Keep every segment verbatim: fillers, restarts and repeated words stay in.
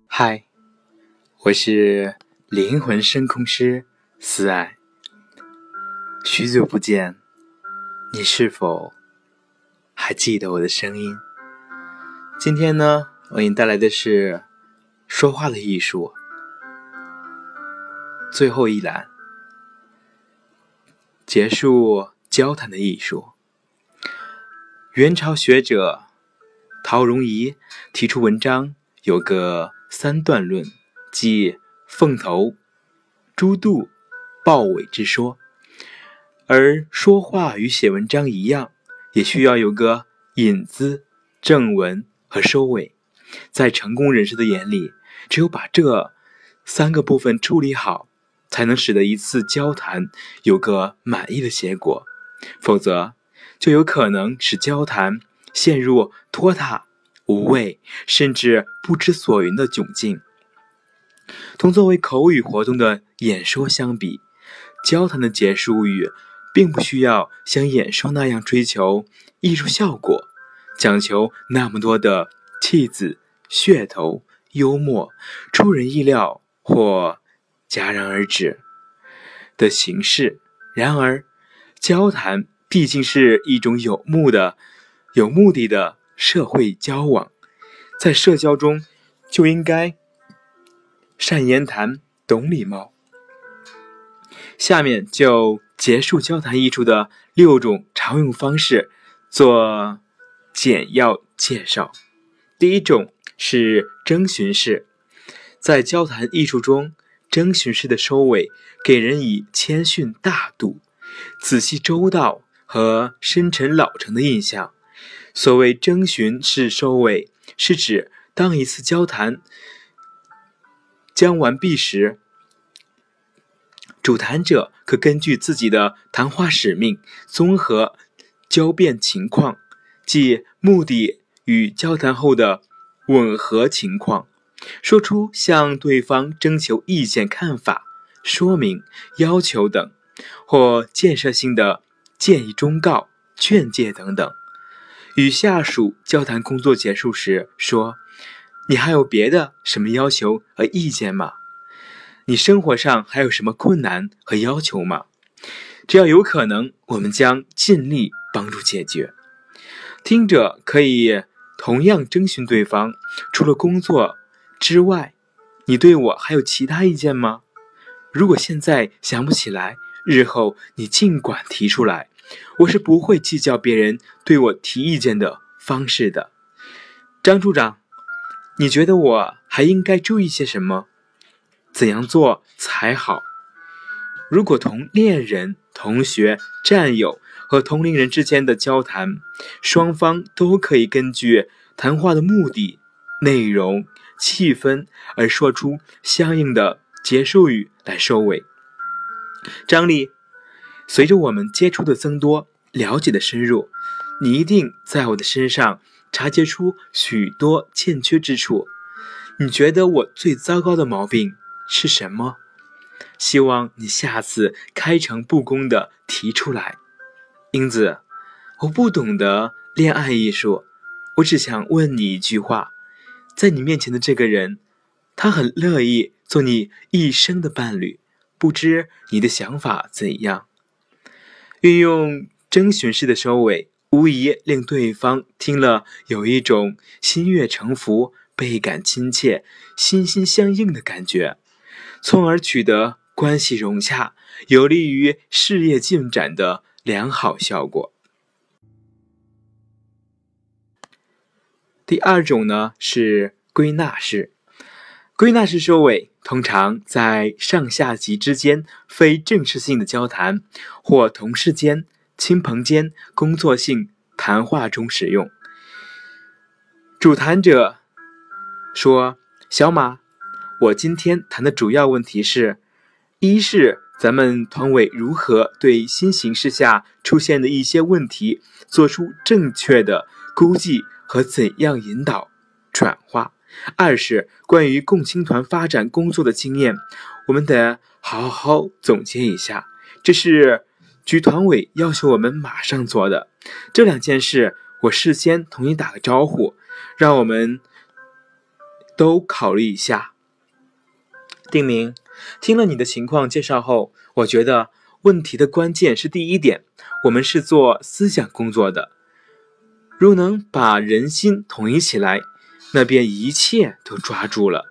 嗨，我是灵魂声控师思爱。许久不见，你是否还记得我的声音？今天呢，我给你带来的是说话的艺术。最后一栏，结束交谈的艺术。元朝学者陶荣仪提出文章有个三段论，即凤头、猪肚、豹尾之说。而说话与写文章一样，也需要有个引子、正文和收尾。在成功人士的眼里，只有把这三个部分处理好，才能使得一次交谈有个满意的结果，否则就有可能使交谈陷入拖沓、无味，甚至不知所云的窘境。同作为口语活动的演说相比，交谈的结束语并不需要像演说那样追求艺术效果，讲求那么多的气质、噱头、幽默、出人意料或戛然而止的形式。然而，交谈毕竟是一种有目的、有目的的社会交往，在社交中就应该善言谈，懂礼貌。下面就结束交谈艺术的六种常用方式做简要介绍。第一种是征询式。在交谈艺术中，征询式的收尾给人以谦逊大度、仔细周到和深沉老成的印象。所谓征询式收尾，是指当一次交谈将完毕时，主谈者可根据自己的谈话使命，综合交辩情况，即目的与交谈后的吻合情况，说出向对方征求意见、看法、说明、要求等，或建设性的建议、忠告、劝诫等等。与下属交谈工作结束时说：“你还有别的什么要求和意见吗？你生活上还有什么困难和要求吗？只要有可能，我们将尽力帮助解决。”听者可以同样征询对方，除了工作之外，你对我还有其他意见吗？如果现在想不起来，日后你尽管提出来，我是不会计较别人对我提意见的方式的。张处长，你觉得我还应该注意些什么？怎样做才好？如果同恋人、同学、战友和同龄人之间的交谈，双方都可以根据谈话的目的、内容、气氛而说出相应的结束语来收尾。张力，随着我们接触的增多，了解的深入，你一定在我的身上察觉出许多欠缺之处。你觉得我最糟糕的毛病是什么？希望你下次开诚布公地提出来。英子，我不懂得恋爱艺术，我只想问你一句话，在你面前的这个人，他很乐意做你一生的伴侣，不知你的想法怎样？运用征询式的收尾，无疑令对方听了有一种心悦诚服、倍感亲切、心心相印的感觉，从而取得关系融洽、有利于事业进展的良好效果。第二种呢是归纳式。归纳式收尾通常在上下级之间非正式性的交谈，或同事间、亲朋间工作性谈话中使用。主谈者说：“小马，我今天谈的主要问题是，一是咱们团委如何对新形势下出现的一些问题做出正确的估计和怎样引导转化；二是关于共青团发展工作的经验，我们得好好总结一下，这是局团委要求我们马上做的。这两件事我事先同你打个招呼，让我们都考虑一下。丁明，听了你的情况介绍后，我觉得问题的关键是第一点，我们是做思想工作的，如能把人心统一起来，那便一切都抓住了，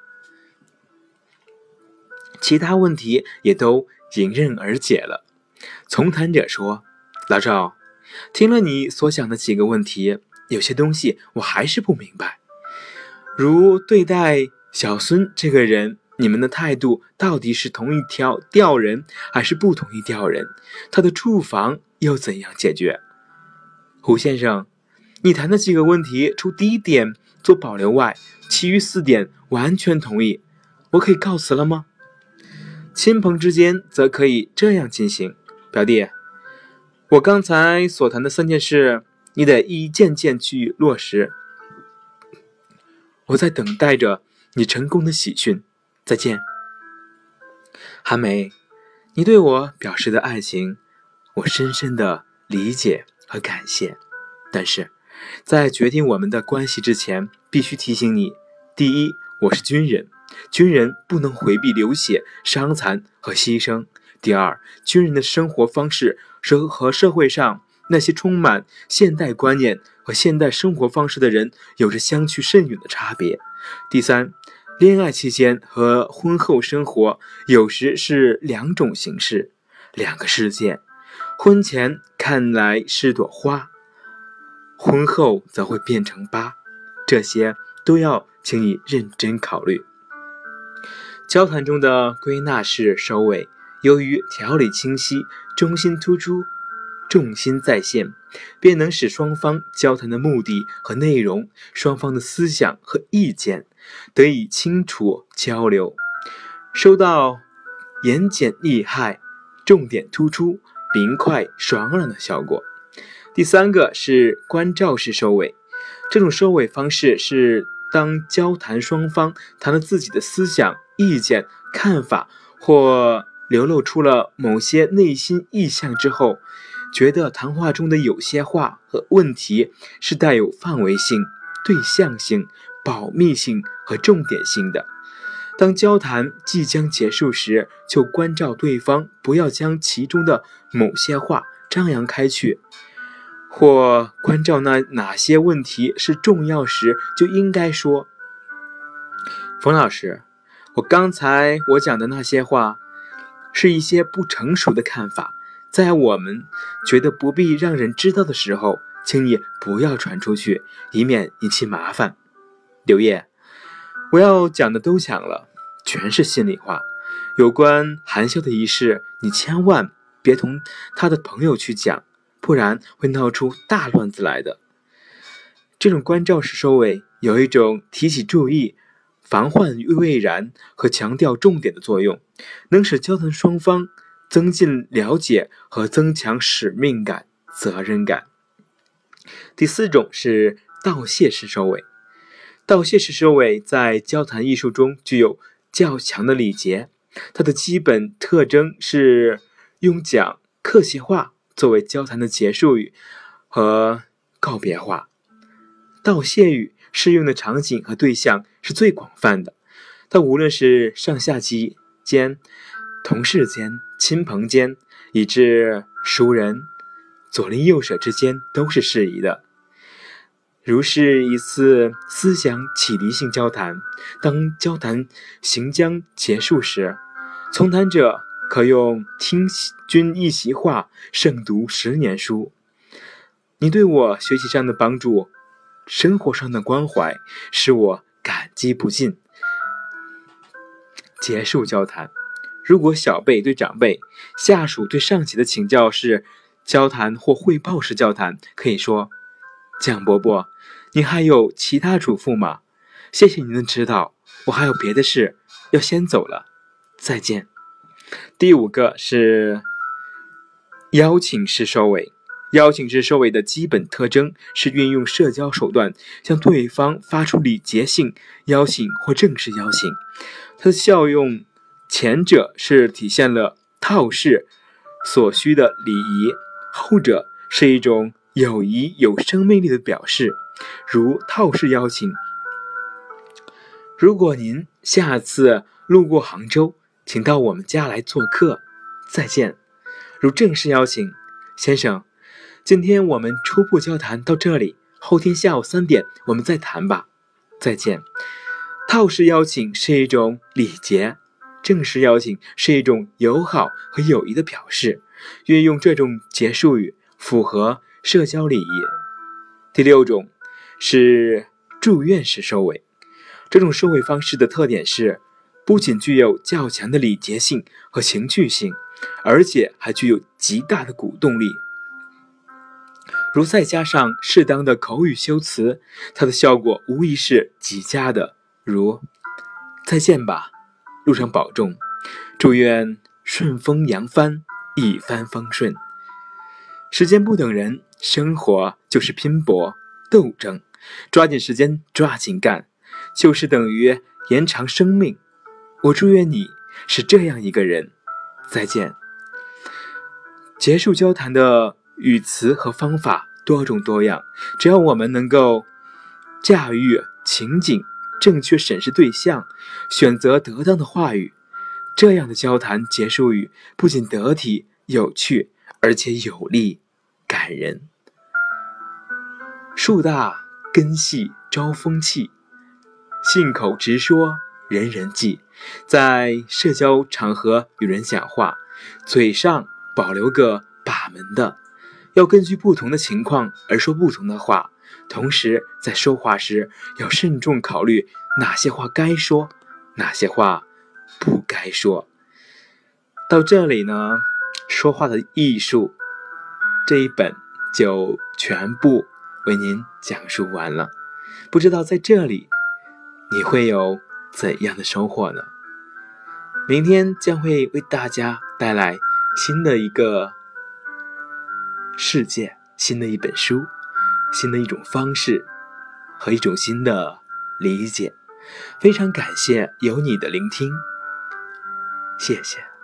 其他问题也都迎刃而解了。从谈者说，老赵，听了你所讲的几个问题，有些东西我还是不明白，如对待小孙这个人，你们的态度到底是同意调调人还是不同意调人？他的住房又怎样解决？胡先生，你谈的几个问题，除第一点做保留外，其余四点完全同意，我可以告辞了吗？亲朋之间则可以这样进行。表弟，我刚才所谈的三件事，你得一件件去落实。我在等待着你成功的喜讯。再见。韩梅，你对我表示的爱情，我深深的理解和感谢。但是，在决定我们的关系之前，必须提醒你：第一，我是军人，军人不能回避流血、伤残和牺牲；第二，军人的生活方式是和社会上那些充满现代观念和现代生活方式的人有着相去甚远的差别；第三，恋爱期间和婚后生活有时是两种形式，两个世界。婚前看来是朵花，婚后则会变成疤，这些都要请你认真考虑。交谈中的归纳式收尾，由于条理清晰，中心突出，重心在线，便能使双方交谈的目的和内容，双方的思想和意见得以清楚交流，收到言简意赅、重点突出、明快爽朗的效果。第三个是关照式收尾，这种收尾方式是当交谈双方谈了自己的思想、意见、看法，或流露出了某些内心意向之后，觉得谈话中的有些话和问题是带有范围性、对象性、保密性和重点性的。当交谈即将结束时，就关照对方不要将其中的某些话张扬开去，或关照那哪些问题是重要时就应该说。冯老师，我刚才我讲的那些话是一些不成熟的看法，在我们觉得不必让人知道的时候，请你不要传出去，以免引起麻烦。刘烨，我要讲的都讲了，全是心里话。有关含笑的仪式，你千万别同他的朋友去讲，不然会闹出大乱子来的。这种关照式收尾有一种提起注意、防患于未然和强调重点的作用，能使交谈双方增进了解和增强使命感、责任感。第四种是道谢式收尾。道谢式收尾在交谈艺术中具有较强的礼节，它的基本特征是用讲客气话作为交谈的结束语和告别话。道谢语适用的场景和对象是最广泛的，它无论是上下级间、同事间、亲朋间，以至熟人、左邻右舍之间都是适宜的。如是一次思想启迪性交谈，当交谈行将结束时，从谈者可用听君一席话，胜读十年书。你对我学习上的帮助，生活上的关怀，使我感激不尽。结束交谈。如果小辈对长辈、下属对上级的请教是交谈或汇报式交谈，可以说：蒋伯伯，您还有其他嘱咐吗？谢谢您的指导，我还有别的事要先走了，再见。第五个是邀请式收尾。邀请式收尾的基本特征是运用社交手段向对方发出礼节性邀请或正式邀请。它的效用，前者是体现了套式所需的礼仪，后者是一种友谊有生命力的表示。如套式邀请， 如果您下次路过杭州，请到我们家来做客。再见。如正式邀请，先生，今天我们初步交谈到这里，后天下午三点我们再谈吧。再见。套式邀请是一种礼节，正式邀请是一种友好和友谊的表示，运用这种结束语符合社交礼仪。第六种是祝愿式收尾，这种收尾方式的特点是，不仅具有较强的礼节性和情趣性，而且还具有极大的鼓动力。如再加上适当的口语修辞，它的效果无疑是极佳的。如再见吧，路上保重，祝愿顺风扬帆，一帆风顺。时间不等人，生活就是拼搏斗争，抓紧时间，抓紧干，就是等于延长生命。我祝愿你是这样一个人。再见。结束交谈的语词和方法多种多样，只要我们能够驾驭情景，正确审视对象，选择得当的话语，这样的交谈结束语不仅得体有趣，而且有力感人。树大根细招风气，信口直说人人记。在社交场合与人讲话，嘴上保留个把门的，要根据不同的情况而说不同的话，同时在说话时要慎重考虑哪些话该说，哪些话不该说。到这里呢，说话的艺术这一本就全部为您讲述完了。不知道在这里你会有怎样的收获呢？明天将会为大家带来新的一个世界，新的一本书，新的一种方式和一种新的理解。非常感谢有你的聆听，谢谢。